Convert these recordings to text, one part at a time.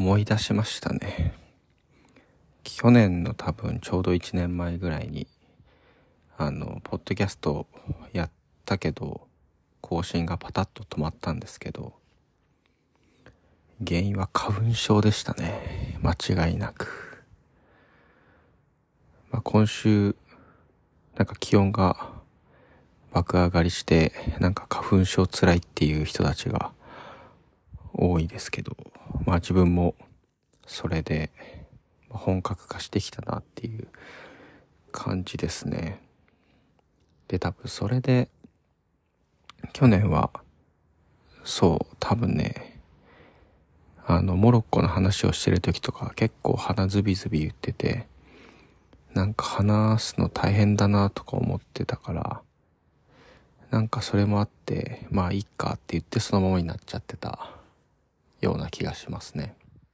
思い出しましたね。去年の多分ちょうど1年前ぐらいにポッドキャストやったけど更新がパタッと止まったんですけど、原因は花粉症でしたね。間違いなく。今週なんか気温が爆上がりして、なんか花粉症つらいっていう人たちが多いですけど、自分もそれで本格化してきたなっていう感じですね。で、多分それで去年は多分ね、モロッコの話をしてる時とか結構鼻ズビズビ言ってて、なんか話すの大変だなとか思ってたから、なんかそれもあっていいかって言ってそのままになっちゃってたような気がしますね。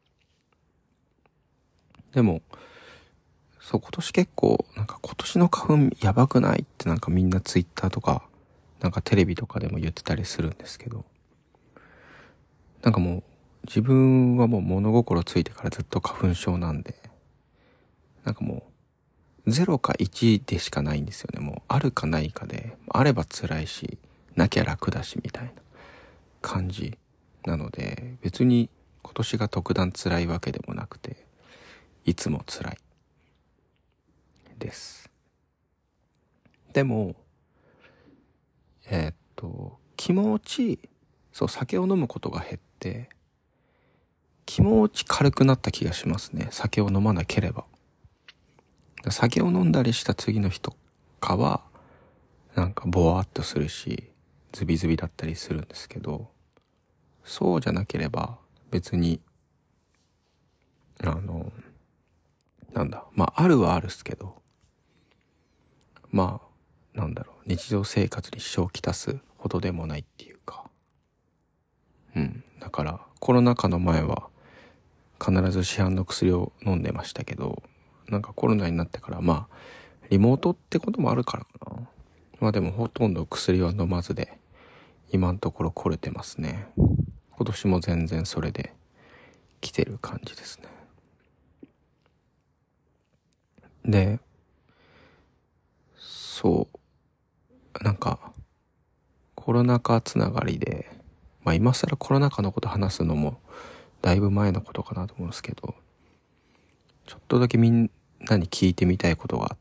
でも今年結構なんか今年の花粉やばくないってなんかみんなツイッターとかなんかテレビとかでも言ってたりするんですけど、なんかもう自分はもう物心ついてからずっと花粉症なんで、なんかもう0か1でしかないんですよね。もうあるかないかで、あれば辛いしなきゃ楽だしみたいな感じなので、別に今年が特段辛いわけでもなくて、いつも辛いです。でも気持ち酒を飲むことが減って気持ち軽くなった気がしますね。酒を飲まなければ。酒を飲んだりした次の日とかはなんかボワーっとするしズビズビだったりするんですけど、そうじゃなければ別にあるはあるっすけど、日常生活に支障をきたすほどでもないっていうか、だからコロナ禍の前は必ず市販の薬を飲んでましたけど、なんかコロナになってからリモートってこともあるからかな。でもほとんど薬は飲まずで今のところ来れてますね。今年も全然それで来てる感じですね。で、なんかコロナ禍つながりで、今更コロナ禍のこと話すのもだいぶ前のことかなと思うんですけど、ちょっとだけみんなに聞いてみたいことがあって、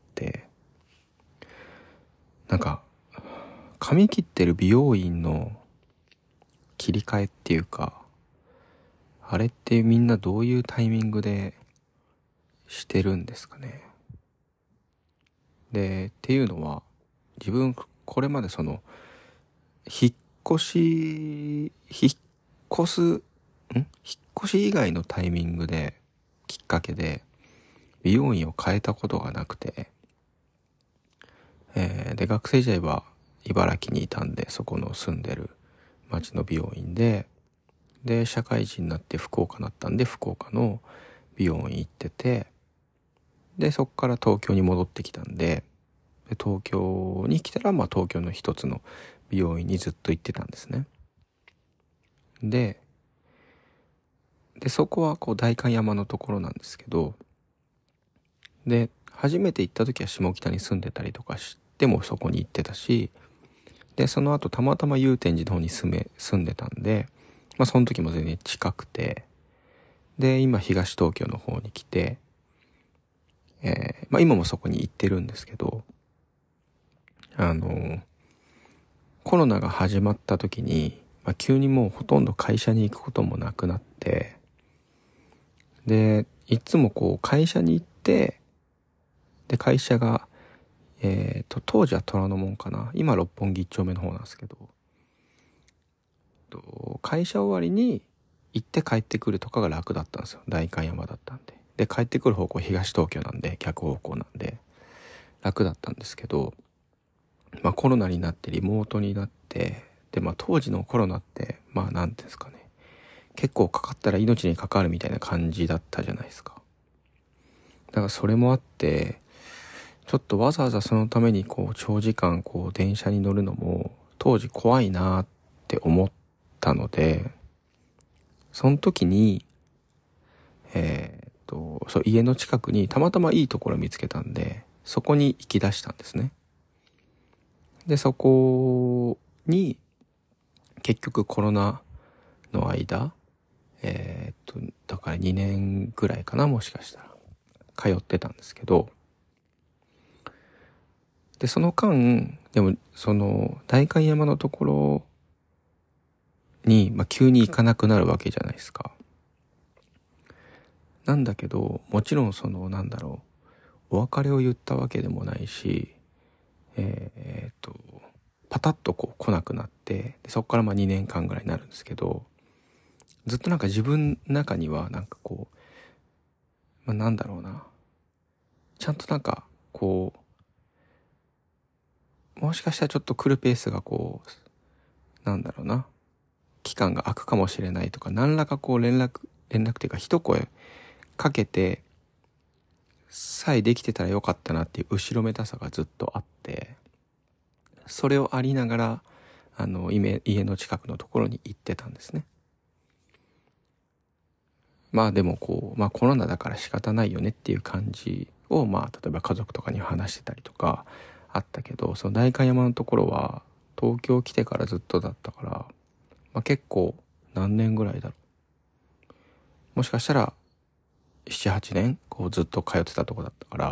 なんか髪切ってる美容院の切り替えっていうか、あれってみんなどういうタイミングでしてるんですかね。で、っていうのは自分これまで引っ越し以外のタイミングできっかけで美容院を変えたことがなくて、で学生時代は茨城にいたんで、そこの住んでる町の美容院で社会人になって福岡になったんで福岡の美容院行ってて、でそこから東京に戻ってきたんで、東京に来たら東京の一つの美容院にずっと行ってたんですね。でそこは代官山のところなんですけど、で初めて行った時は下北に住んでたりとかしてもそこに行ってたし、でその後たまたま祐天寺の方に住んでたんで、その時も全然近くて、で今東東京の方に来て、今もそこに行ってるんですけど、コロナが始まった時に、急にもうほとんど会社に行くこともなくなって、でいつも会社に行って、で会社が当時は虎ノ門かな、今六本木一丁目の方なんですけど、会社終わりに行って帰ってくるとかが楽だったんですよ。代官山だったんで。で帰ってくる方向東東京なんで、逆方向なんで楽だったんですけど、コロナになってリモートになって、で当時のコロナってなんていうんですかね、結構かかったら命に関わるみたいな感じだったじゃないですか。だからそれもあってちょっとわざわざそのために長時間電車に乗るのも当時怖いなって思ったので、その時にそう家の近くにたまたまいいところ見つけたんで、そこに行き出したんですね。でそこに結局コロナの間、だから2年ぐらいかな、もしかしたら通ってたんですけど、でその間でもその代官山のところに、急に行かなくなるわけじゃないですか。なんだけど、もちろんそのお別れを言ったわけでもないし、パタッとこう来なくなって、でそこから2年間ぐらいになるんですけど、ずっと自分の中にはこう、ちゃんとこう、もしかしたらちょっと来るペースがこう、期間が空くかもしれないとか、何らかこう連絡というか一声かけてさえできてたらよかったなっていう後ろめたさがずっとあって、それをありながら家の近くのところに行ってたんですね。でもこう、コロナだから仕方ないよねっていう感じを例えば家族とかに話してたりとかあったけど、その代官山のところは東京来てからずっとだったから、結構何年ぐらいだろう、もしかしたら7、8年こうずっと通ってたとこだったから、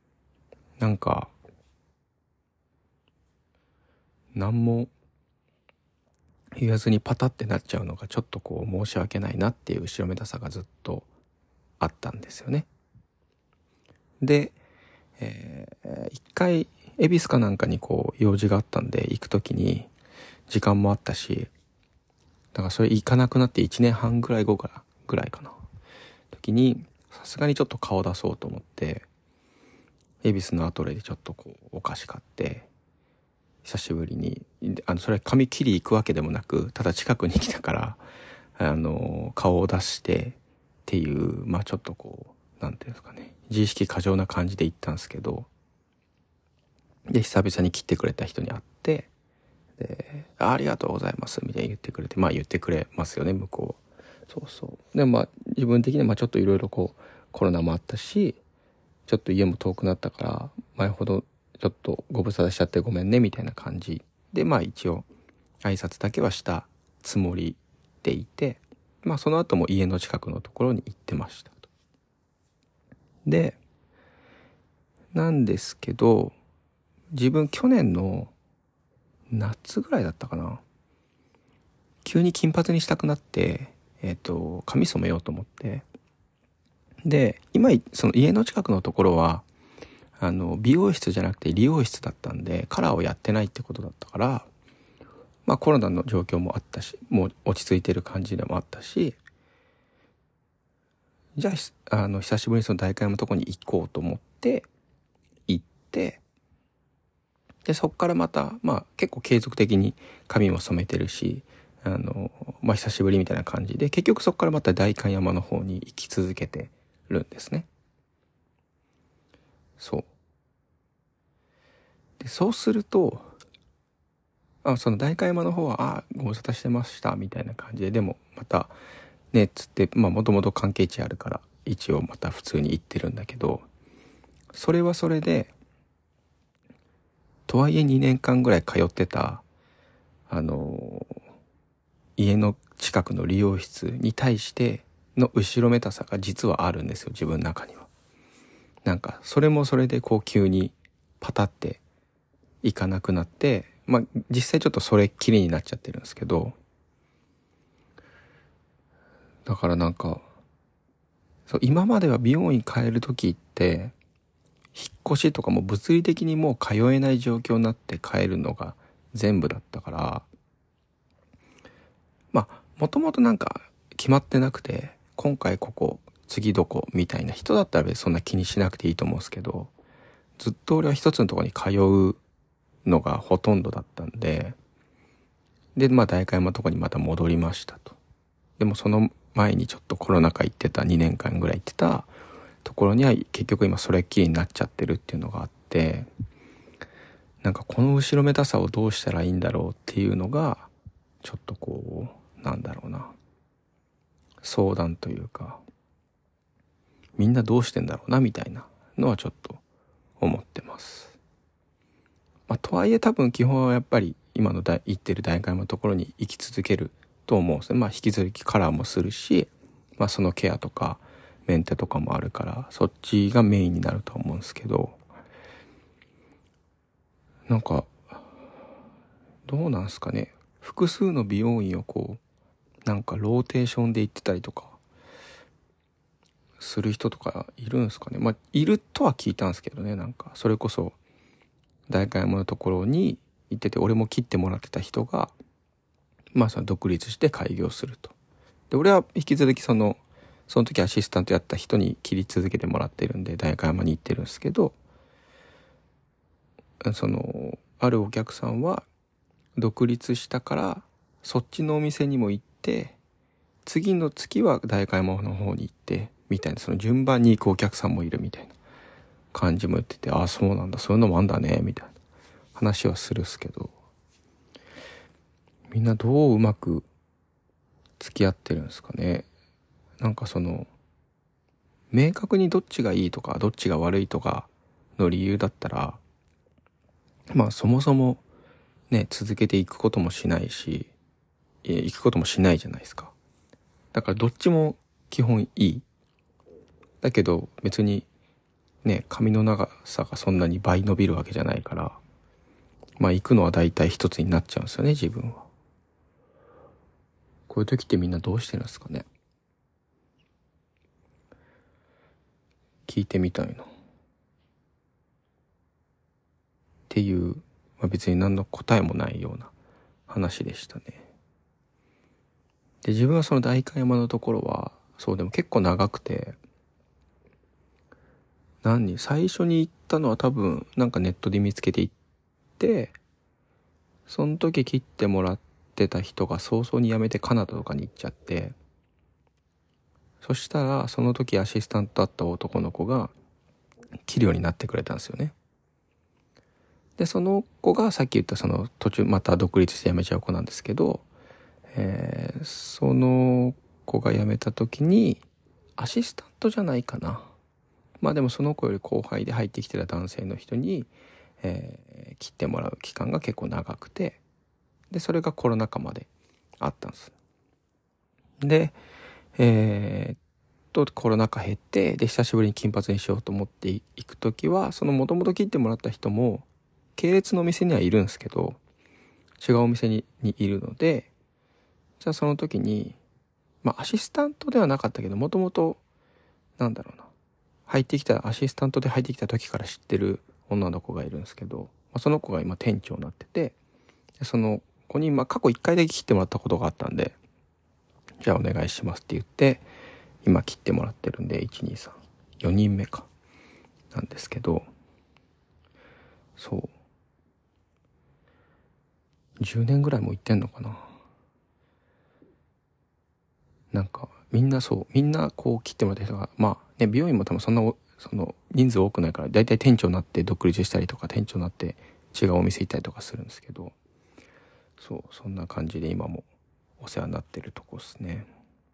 何も言わずにパタってなっちゃうのがちょっとこう申し訳ないなっていう後ろめたさがずっとあったんですよね。で、一回恵比寿かなんかにこう用事があったんで行く時に時間もあったし、だからそれ行かなくなって1年半ぐらい後ぐらいかな時に、さすがにちょっと顔出そうと思って恵比寿のアトレでちょっとこうお菓子買って、久しぶりにそれは髪切り行くわけでもなく、ただ近くに来たから顔を出してっていう、ちょっとこうなんていうんですかね、自意識過剰な感じで行ったんですけど、で久々に切ってくれた人に会って、でありがとうございますみたいに言ってくれて、言ってくれますよね向こう。そうそう。で自分的にはちょっといろいろこうコロナもあったし、ちょっと家も遠くなったから前ほどちょっとご無沙汰しちゃってごめんねみたいな感じで、一応挨拶だけはしたつもりでいて、その後も家の近くのところに行ってましたと。でなんですけど、自分去年の夏ぐらいだったかな、急に金髪にしたくなって、髪染めようと思って、で今その家の近くのところは美容室じゃなくて理容室だったんで、カラーをやってないってことだったから、コロナの状況もあったし、もう落ち着いてる感じでもあったし、じゃあ久しぶりにその代官山のとこに行こうと思って行って、でそっからまた結構継続的に髪も染めてるし、久しぶりみたいな感じで、結局そっからまた代官山の方に行き続けてるんですね。そうで、そうするとその代官山の方はご無沙汰してましたみたいな感じで、でもまたねっつって、もともと関係値あるから一応また普通に行ってるんだけど、それはそれで、とはいえ2年間ぐらい通ってた家の近くの理容室に対しての後ろめたさが実はあるんですよ、自分の中には。それもそれでこう急にパタっていかなくなって、実際ちょっとそれっきりになっちゃってるんですけど、だからそう今までは美容院変える時って引っ越しとかも物理的にもう通えない状況になって変えるのが全部だったから、もともと決まってなくて、今回ここ次どこみたいな人だったらそんな気にしなくていいと思うんですけど、ずっと俺は一つのところに通うのがほとんどだったんで、代官山のとこにまた戻りましたと。でもその前にちょっとコロナ禍行ってた2年間ぐらい行ってたところには結局今それっきりになっちゃってるっていうのがあって、この後ろめたさをどうしたらいいんだろうっていうのがちょっとこう相談というかみんなどうしてんだろうなみたいなのはちょっと思ってます。とはいえ多分基本はやっぱり今の行ってる大会のところに行き続けると思うんですね。引き続きカラーもするし、そのケアとかメンテとかもあるからそっちがメインになるとは思うんですけど、なんかどうなんすかね。複数の美容院をなんかローテーションで行ってたりとかする人とかいるんですかね。いるとは聞いたんですけどね。なんかそれこそ代官山のところに行ってて、俺も切ってもらってた人がその独立して開業すると。で俺は引き続きその時アシスタントやった人に切り続けてもらってるんで代官山に行ってるんですけど、あるお客さんは独立したからそっちのお店にも行って、次の月は代官山の方に行ってみたいな、その順番に行くお客さんもいるみたいな感じも言ってて、ああそうなんだ、そういうのもあんだねみたいな話はするっすけど、みんなどううまく付き合ってるんですかね。なんか明確にどっちがいいとかどっちが悪いとかの理由だったら、そもそもね続けていくこともしないし、行くこともしないじゃないですか。だからどっちも基本いい。だけど別にね髪の長さがそんなに倍伸びるわけじゃないから、行くのは大体一つになっちゃうんですよね、自分は。こういう時ってみんなどうしてるんですかね。聞いてみたいなっていう、別に何の答えもないような話でしたね。で自分はその代官山のところはでも結構長くて、最初に行ったのは多分なんかネットで見つけて行って、その時切ってもらってた人が早々に辞めてカナダとかに行っちゃって、そしたらその時アシスタントだった男の子が切るようになってくれたんですよね。でその子がさっき言ったその途中また独立して辞めちゃう子なんですけど、その子が辞めた時にアシスタントじゃないかな、でもその子より後輩で入ってきてた男性の人に、切ってもらう期間が結構長くて、でそれがコロナ禍まであったんです。でコロナ禍減って、で久しぶりに金髪にしようと思っていく時は、そのもともと切ってもらった人も系列のお店にはいるんですけど、違うお店にいるので、じゃあその時にアシスタントではなかったけど、もともとアシスタントで入ってきた時から知ってる女の子がいるんですけど、その子が今店長になってて、その子に過去1回だけ切ってもらったことがあったんで、じゃあお願いしますって言って今切ってもらってるんで、123、4人目かなんですけど、10年ぐらいも行ってんのかな。なんかみんな切ってもらった人が美容院も多分その人数多くないから、だいたい店長になって独立したりとか、店長になって違うお店行ったりとかするんですけど、そんな感じで今もお世話になってるとこですね。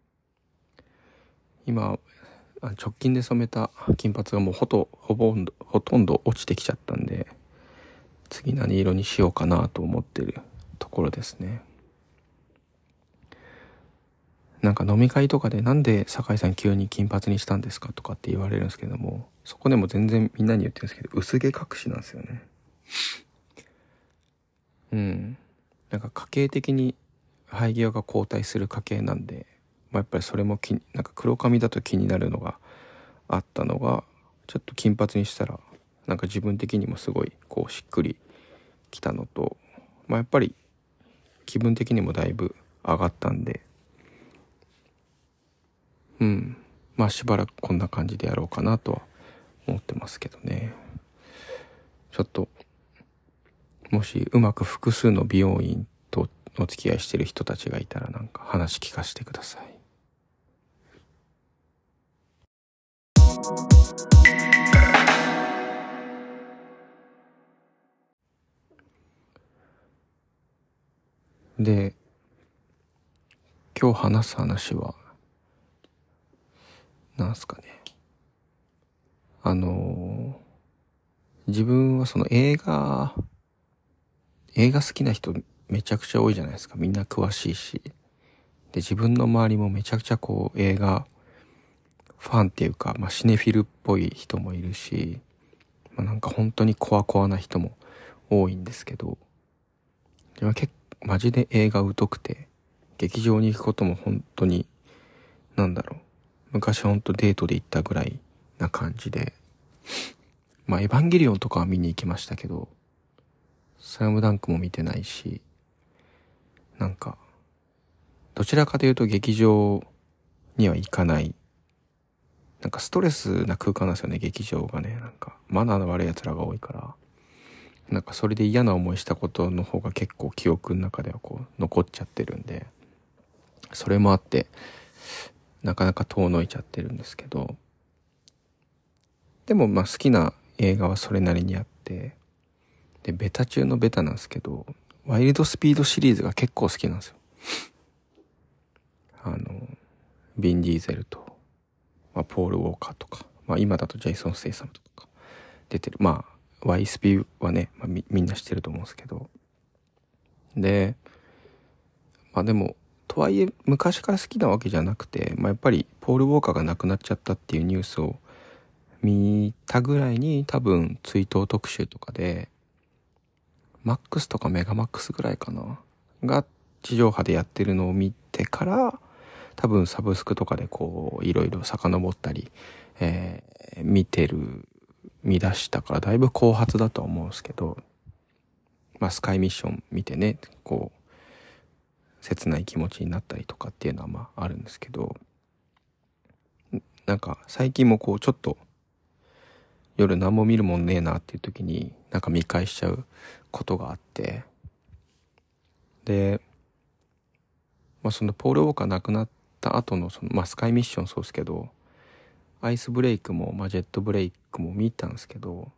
今直近で染めた金髪がもうほとんど落ちてきちゃったんで、次何色にしようかなと思ってるところですね。なんか飲み会とかでなんで酒井さん急に金髪にしたんですかとかって言われるんですけども、そこでも全然みんなに言ってるんですけど、薄毛隠しなんですよね。なんか家系的に生え際が後退する家系なんで、やっぱりそれもなんか黒髪だと気になるのがあったのが、ちょっと金髪にしたらなんか自分的にもすごいしっくりきたのと、やっぱり気分的にもだいぶ上がったんで、しばらくこんな感じでやろうかなとは思ってますけどね。ちょっともしうまく複数の美容院とお付き合いしてる人たちがいたら、なんか話聞かせてください。で、今日話す話はなんすかね。 あの自分はその映画好きな人めちゃくちゃ多いじゃないですか。みんな詳しいし。で、自分の周りもめちゃくちゃこう映画ファンっていうか、シネフィルっぽい人もいるし、なんか本当にコアコアな人も多いんですけど、自分はマジで映画疎くて、劇場に行くことも本当に、昔本当デートで行ったぐらいな感じで、エヴァンゲリオンとかは見に行きましたけど、スラムダンクも見てないし、どちらかというと劇場には行かない。ストレスな空間なんですよね、劇場がね。マナーの悪い奴らが多いから。それで嫌な思いしたことの方が結構記憶の中では残っちゃってるんで、それもあって、なかなか遠のいちゃってるんですけど、でも好きな映画はそれなりにあって、で、ベタ中のベタなんですけど、ワイルドスピードシリーズが結構好きなんですよ。ビン・ディーゼルと、ポール・ウォーカーとか、今だとジェイソン・ステイサムとか出てる。ワイスピはね、みんな知ってると思うんですけど。で、でも、とはいえ昔から好きなわけじゃなくて、やっぱりポール・ウォーカーが亡くなっちゃったっていうニュースを見たぐらいに、多分追悼特集とかで、マックスとかメガマックスぐらいかなが地上波でやってるのを見てから、多分サブスクとかでいろいろ遡ったり、見出したからだいぶ後発だとは思うんですけど、スカイミッション見てね、切ない気持ちになったりとかっていうのはあるんですけど、最近もちょっと夜何も見るもんねえなっていう時に見返しちゃうことがあって、で、そのポール・ウォーカー亡くなった後のスカイミッションそうですけど、アイスブレイクもジェットブレイクも見たんですけど、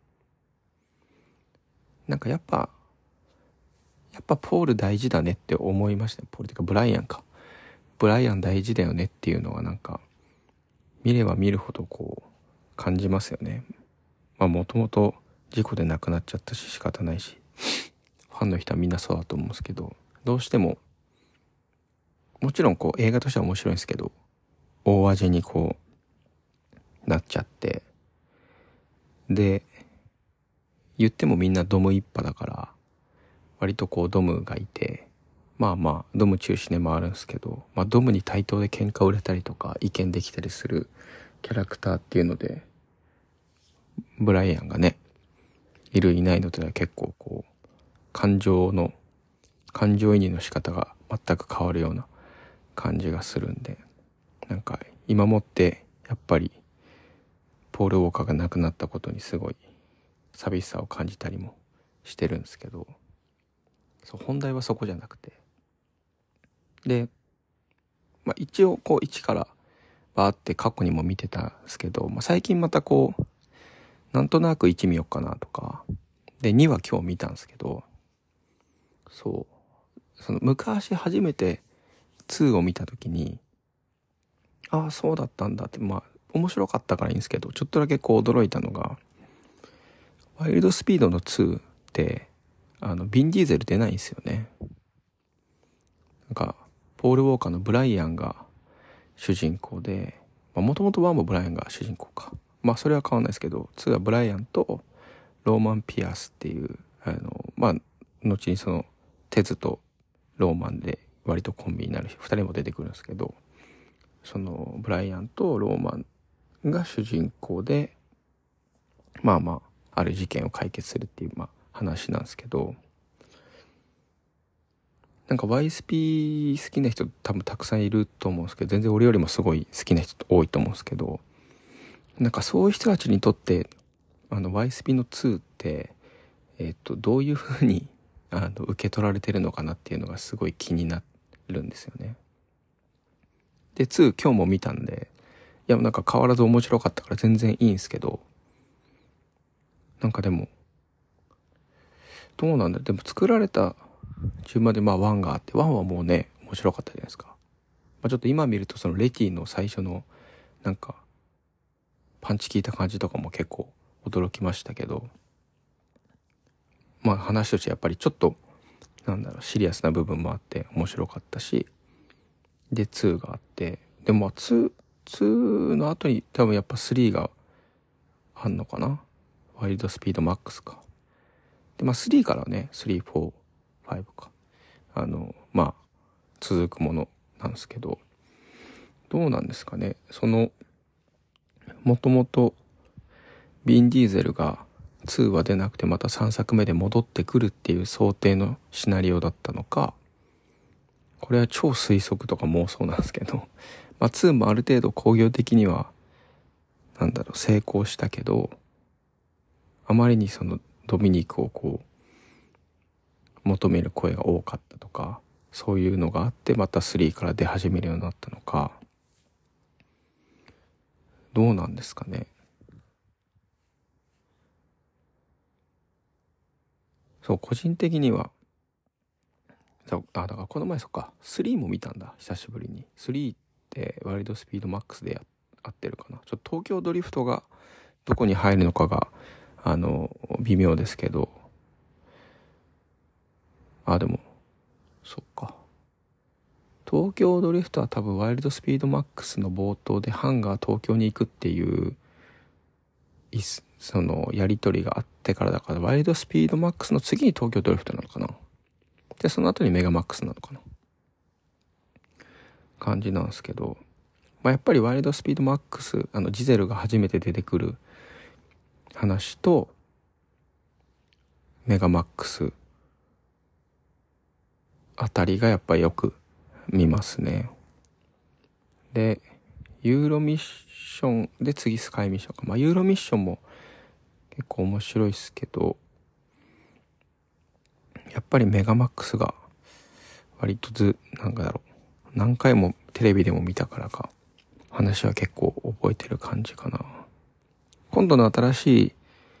やっぱポール大事だねって思いましたね。ポールっていうかブライアン大事だよねっていうのは見れば見るほど感じますよね。もともと事故で亡くなっちゃったし仕方ないし、ファンの人はみんなそうだと思うんですけど、どうしてももちろん映画としては面白いんですけど、大味になっちゃって、で言ってもみんなドム一派だから割とドムがいて、ドム中心で回るんですけど、ドムに対等で喧嘩売れたりとか意見できたりするキャラクターっていうので、ブライアンがねいるいないのでは結構感情移入の仕方が全く変わるような感じがするんで、今もってやっぱりポール・ウォーカーが亡くなったことにすごい寂しさを感じたりもしてるんですけど、本題はそこじゃなくて、で、一応1からバーって過去にも見てたんですけど、最近またなんとなく1見よっかなとかで、2は今日見たんですけど、その昔初めて2を見た時に、ああそうだったんだって、面白かったからいいんですけど、ちょっとだけ驚いたのが、ワイルドスピードの2ってビン・ディーゼル出ないんですよね。ポール・ウォーカーのブライアンが主人公で、もともと1もブライアンが主人公か、それは変わんないですけど、2はブライアンとローマン・ピアスっていう後にテズとローマンで割とコンビになる2人も出てくるんですけど、そのブライアンとローマンが主人公である事件を解決するっていう話なんですけど、YSP 好きな人多分たくさんいると思うんですけど、全然俺よりもすごい好きな人多いと思うんですけど、そういう人たちにとってYSP の2ってどういう風に受け取られてるのかなっていうのがすごい気になるんですよね。で2今日も見たんで、いや変わらず面白かったから全然いいんですけど、でもどうなんだろう。でも作られた順番で1があって、1はもうね面白かったじゃないですか。ちょっと今見るとレティの最初のパンチ効いた感じとかも結構驚きましたけど、まあ話としてやっぱりちょっとシリアスな部分もあって面白かったし、で2があって、でも2の後に多分やっぱ3があんのかな。ワイルドスピードマックスか。で3からね、3、4、5か、続くものなんですけど、どうなんですかね。もともとビン・ディーゼルが2は出なくてまた3作目で戻ってくるっていう想定のシナリオだったのか、これは超推測とか妄想なんですけど、2もある程度興行的には成功したけど、あまりにドミニクを求める声が多かったとか、そういうのがあってまた3から出始めるようになったのか、どうなんですかね。そう、個人的にはだからこの前3も見たんだ、久しぶりに。3ってワイルドスピードマックスで合ってるかな。東京ドリフトがどこに入るのかが微妙ですけど、でもそっか、東京ドリフトは多分ワイルドスピードマックスの冒頭でハンが東京に行くっていうやり取りがあってからだから、ワイルドスピードマックスの次に東京ドリフトなのかな。でその後にメガマックスなのかな感じなんですけど、やっぱりワイルドスピードマックス、ジゼルが初めて出てくる話とメガマックスあたりがやっぱりよく見ますね。でユーロミッションで次スカイミッションか。ユーロミッションも結構面白いっすけど、やっぱりメガマックスが割と何回もテレビでも見たからか、話は結構覚えてる感じかな。今度の新しい、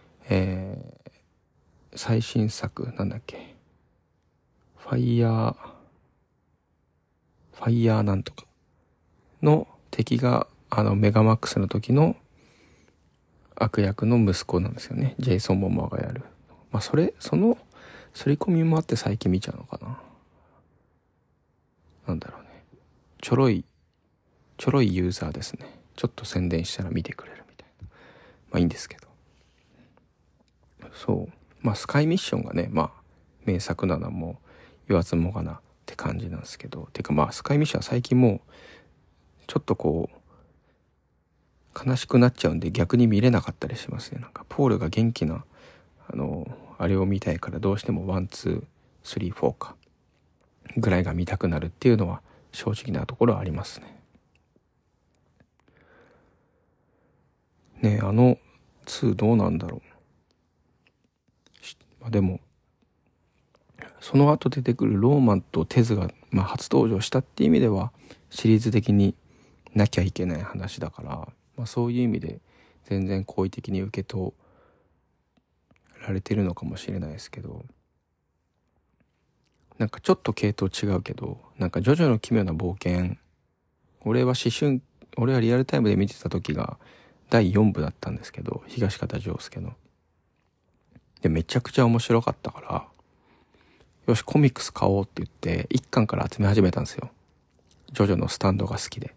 最新作ファイヤーなんとかの敵がメガマックスの時の悪役の息子なんですよね。ジェイソン・モモアがやる。その刷り込みもあって最近見ちゃうのかな。ちょろいユーザーですね。ちょっと宣伝したら見てくれるみたいな。いいんですけど。そう。スカイミッションがね、名作なのはもう言わずもがなって感じなんですけど。スカイミッションは最近もう、ちょっと悲しくなっちゃうんで逆に見れなかったりしますね。ポールが元気な、あれを見たいからどうしても1、2、3、4か。ぐらいが見たくなるっていうのは正直なところはありますね。2どうなんだろう。でもその後出てくるローマンとテズが、初登場したっていう意味ではシリーズ的になきゃいけない話だから、そういう意味で全然好意的に受け取られてるのかもしれないですけど、ちょっと系統違うけど、ジョジョの奇妙な冒険、俺はリアルタイムで見てた時が第4部だったんですけど、東方仗介の。で、めちゃくちゃ面白かったから、よしコミックス買おうって言って1巻から集め始めたんですよ。ジョジョのスタンドが好きで。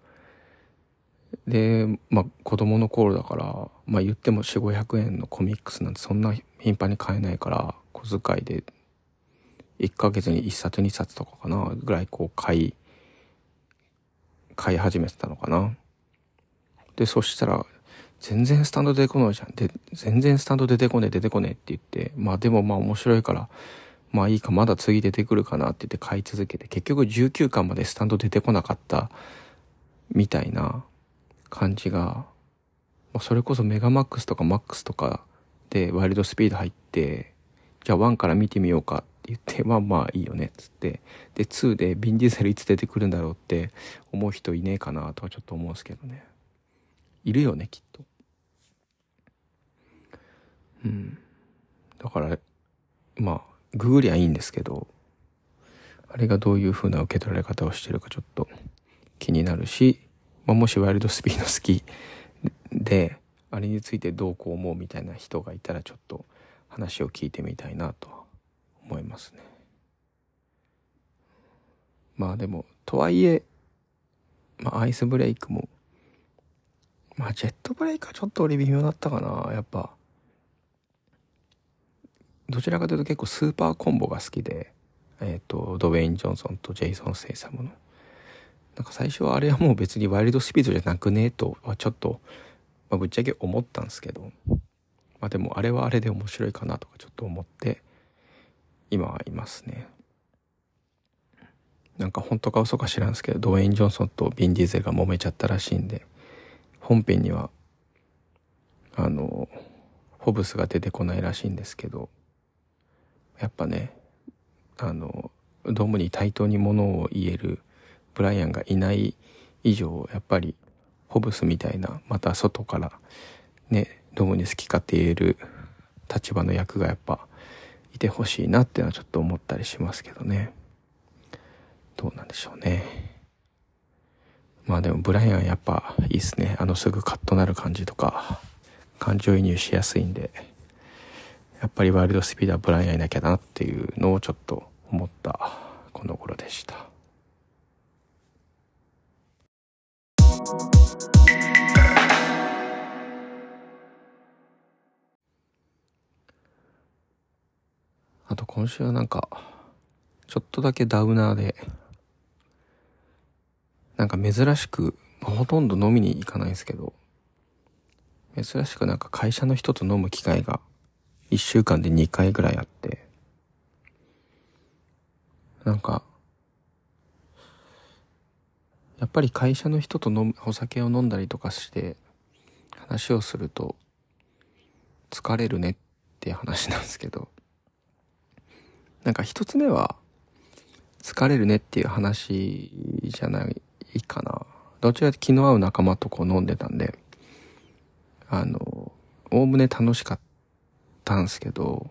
で、子供の頃だから、言っても4、500円のコミックスなんてそんな頻繁に買えないから、小遣いで1ヶ月に1冊2冊とかかなぐらい買い始めてたのかな。で、そしたら全然スタンド出てこないじゃん。で、全然スタンド出てこねえって言って、でも面白いからいいか、まだ次出てくるかなって言って買い続けて、結局19巻までスタンド出てこなかったみたいな感じが、それこそメガマックスとかマックスとかでワイルドスピード入って、じゃあ1から見てみようかって言って、いいよねっつって、で2でビンディーゼルいつ出てくるんだろうって思う人いねえかなとはちょっと思うんですけどね。いるよね、きっと。だからググりゃいいんですけど、あれがどういう風な受け取られ方をしてるかちょっと気になるし、もしワイルドスピード好きで、あれについてどうこう思うみたいな人がいたらちょっと話を聞いてみたいなとは思いますね。まあでもとはいえ、アイスブレイクもジェットブレイクはちょっと俺微妙だったかな。やっぱどちらかというと結構スーパーコンボが好きで、ドウェイン・ジョンソンとジェイソン・セイサムのなんか最初はあれはもう別にワイルドスピードじゃなくねとはちょっと、ぶっちゃけ思ったんですけど、でもあれはあれで面白いかなとかちょっと思って今はいますね。なんか本当か嘘か知らんすけど、ドウェイン・ジョンソンとビン・ディーゼルが揉めちゃったらしいんで、本編にはホブスが出てこないらしいんですけど、やっぱね、ドムに対等にものを言えるブライアンがいない以上、やっぱりホブスみたいな、また外からねドムに好き勝手言える立場の役がやっぱいてほしいなっていうのはちょっと思ったりしますけどね。どうなんでしょうね。でもブライアンやっぱいいっすね。すぐカッとなる感じとか感情移入しやすいんで、やっぱりワイルドスピードはブライアンいなきゃなっていうのをちょっと思ったこの頃でした。あと今週はなんかちょっとだけダウナーで、なんか珍しく、ほとんど飲みに行かないんですけど、珍しくなんか会社の人と飲む機会が1週間で2回ぐらいあって、なんかやっぱり会社の人とお酒を飲んだりとかして話をすると疲れるねっていう話なんですけど、なんか一つ目は疲れるねっていう話じゃないかな。どちらかというと気の合う仲間とこう飲んでたんで、おおむね楽しかったんですけど、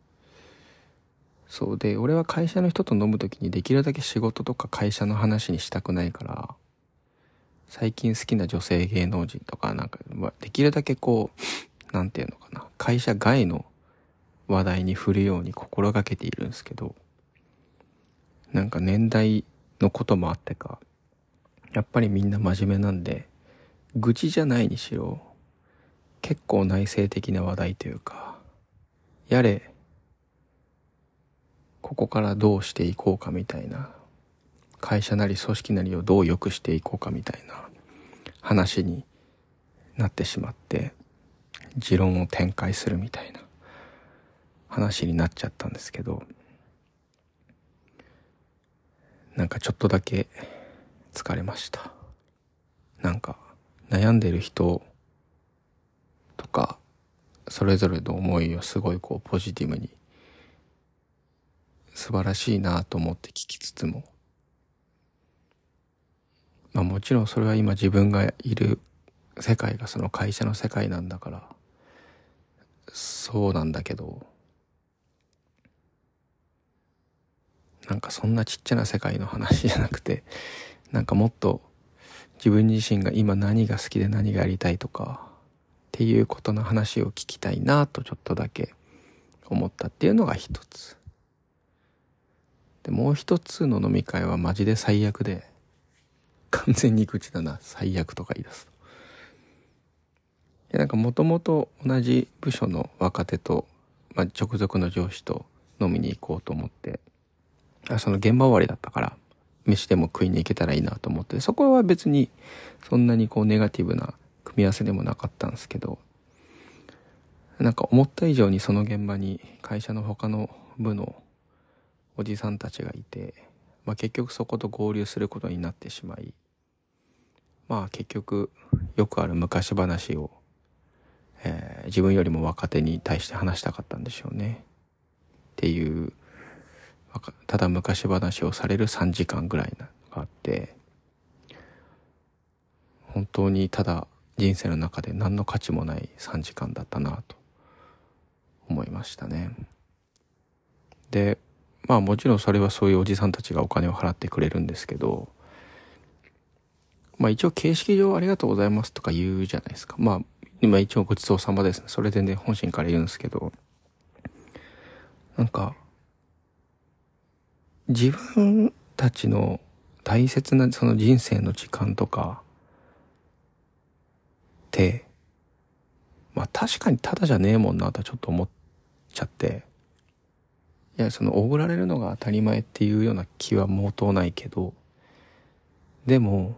そうで、俺は会社の人と飲むときにできるだけ仕事とか会社の話にしたくないから、最近好きな女性芸能人とかなんか、できるだけこう、なんていうのかな、会社外の話題に振るように心がけているんですけど、なんか年代のこともあってか、やっぱりみんな真面目なんで、愚痴じゃないにしろ、結構内省的な話題というか、やれ、ここからどうしていこうかみたいな、会社なり組織なりをどう良くしていこうかみたいな話になってしまって、持論を展開するみたいな話になっちゃったんですけど、なんかちょっとだけ疲れました。なんか悩んでる人とかそれぞれの思いをすごいこうポジティブに素晴らしいなと思って聞きつつも、もちろんそれは今自分がいる世界がその会社の世界なんだからそうなんだけど、なんかそんなちっちゃな世界の話じゃなくて、なんかもっと自分自身が今何が好きで何がやりたいとかっていうことの話を聞きたいなとちょっとだけ思ったっていうのが一つで、もう一つの飲み会はマジで最悪で、完全に口だな、最悪とか言い出すと。なんかもともと同じ部署の若手と、直属の上司と飲みに行こうと思って、その現場終わりだったから飯でも食いに行けたらいいなと思って、そこは別にそんなにこうネガティブな組み合わせでもなかったんですけど、なんか思った以上にその現場に会社の他の部のおじさんたちがいて、結局そこと合流することになってしまい、結局よくある昔話を、自分よりも若手に対して話したかったんでしょうねっていう、ただ昔話をされる3時間ぐらいがあって、本当にただ人生の中で何の価値もない3時間だったなと思いましたね。で、もちろんそれはそういうおじさんたちがお金を払ってくれるんですけど、一応形式上ありがとうございますとか言うじゃないですか。 今一応ごちそうさまですね。それでね、本心から言うんですけど、なんか、自分たちの大切なその人生の時間とかって、まあ確かにただじゃねえもんなとちょっと思っちゃって、いや、そのおごられるのが当たり前っていうような気は毛頭ないけど、でも、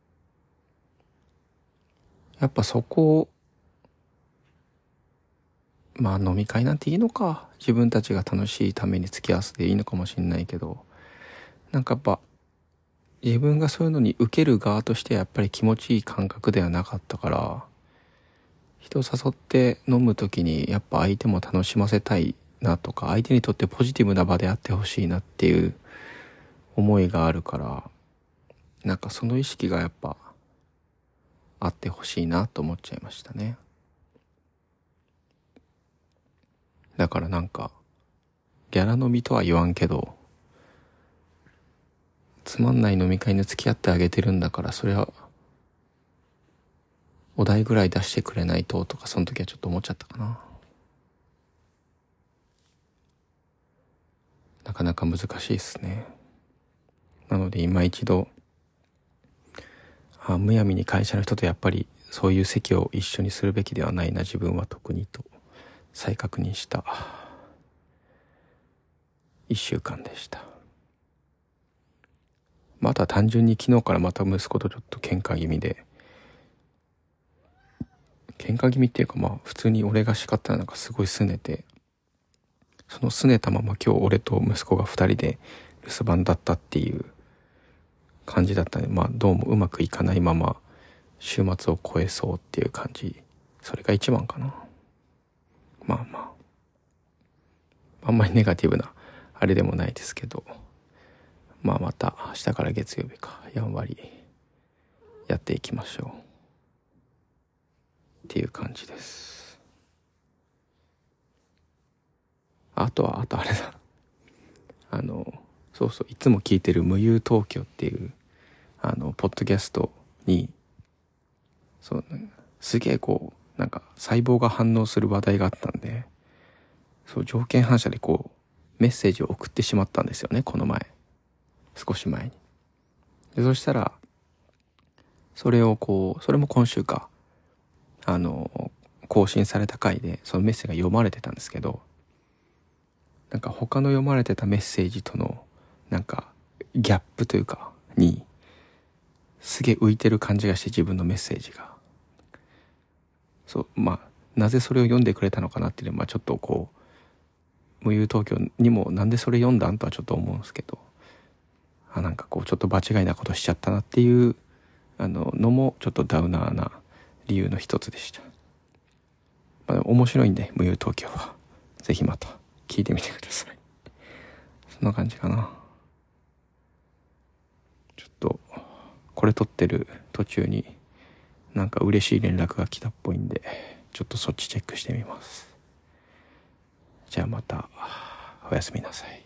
やっぱそこを、まあ飲み会なんていいのか。自分たちが楽しいために付き合わせていいのかもしれないけど、なんかやっぱ自分がそういうのに受ける側としてやっぱり気持ちいい感覚ではなかったから、人を誘って飲む時にやっぱ相手も楽しませたいなとか、相手にとってポジティブな場であってほしいなっていう思いがあるから、なんかその意識がやっぱあってほしいなと思っちゃいましたね。だからなんかギャラ飲みとは言わんけど、つまんない飲み会に付き合ってあげてるんだから、それはお題ぐらい出してくれないととか、その時はちょっと思っちゃったかな。なかなか難しいですね。なので今一度、むやみに会社の人とやっぱりそういう席を一緒にするべきではないな、自分は特にと再確認した一週間でした。あとは単純に昨日からまた息子とちょっと喧嘩気味で、喧嘩気味っていうか、まあ普通に俺が叱ったらなんかすごい拗ねて、その拗ねたまま今日俺と息子が二人で留守番だったっていう感じだったね。まあどうもうまくいかないまま週末を越えそうっていう感じ。それが一番かな。まあまあ、あんまりネガティブなあれでもないですけど、まあまた明日から月曜日か、やんわりやっていきましょうっていう感じです。あとあれだ、そうそう、いつも聞いてる無憂東京っていうポッドキャストに、そう、すげえこうなんか細胞が反応する話題があったんで、そう条件反射でこうメッセージを送ってしまったんですよね、この前、少し前に。でそしたらそれも今週か、更新された回でそのメッセージが読まれてたんですけど、なんか他の読まれてたメッセージとのなんかギャップというかにすげえ浮いてる感じがして、自分のメッセージが、そう、まあなぜそれを読んでくれたのかなっていうのは、ちょっとこう無憂東京にもなんでそれ読んだんとはちょっと思うんですけど、なんかこうちょっと場違いなことしちゃったなっていうのもちょっとダウナーな理由の一つでした。まあ、面白いんで無憂東京はぜひまた聞いてみてください。そんな感じかな。ちょっとこれ撮ってる途中になんか嬉しい連絡が来たっぽいんで、ちょっとそっちチェックしてみます。じゃあまたおやすみなさい。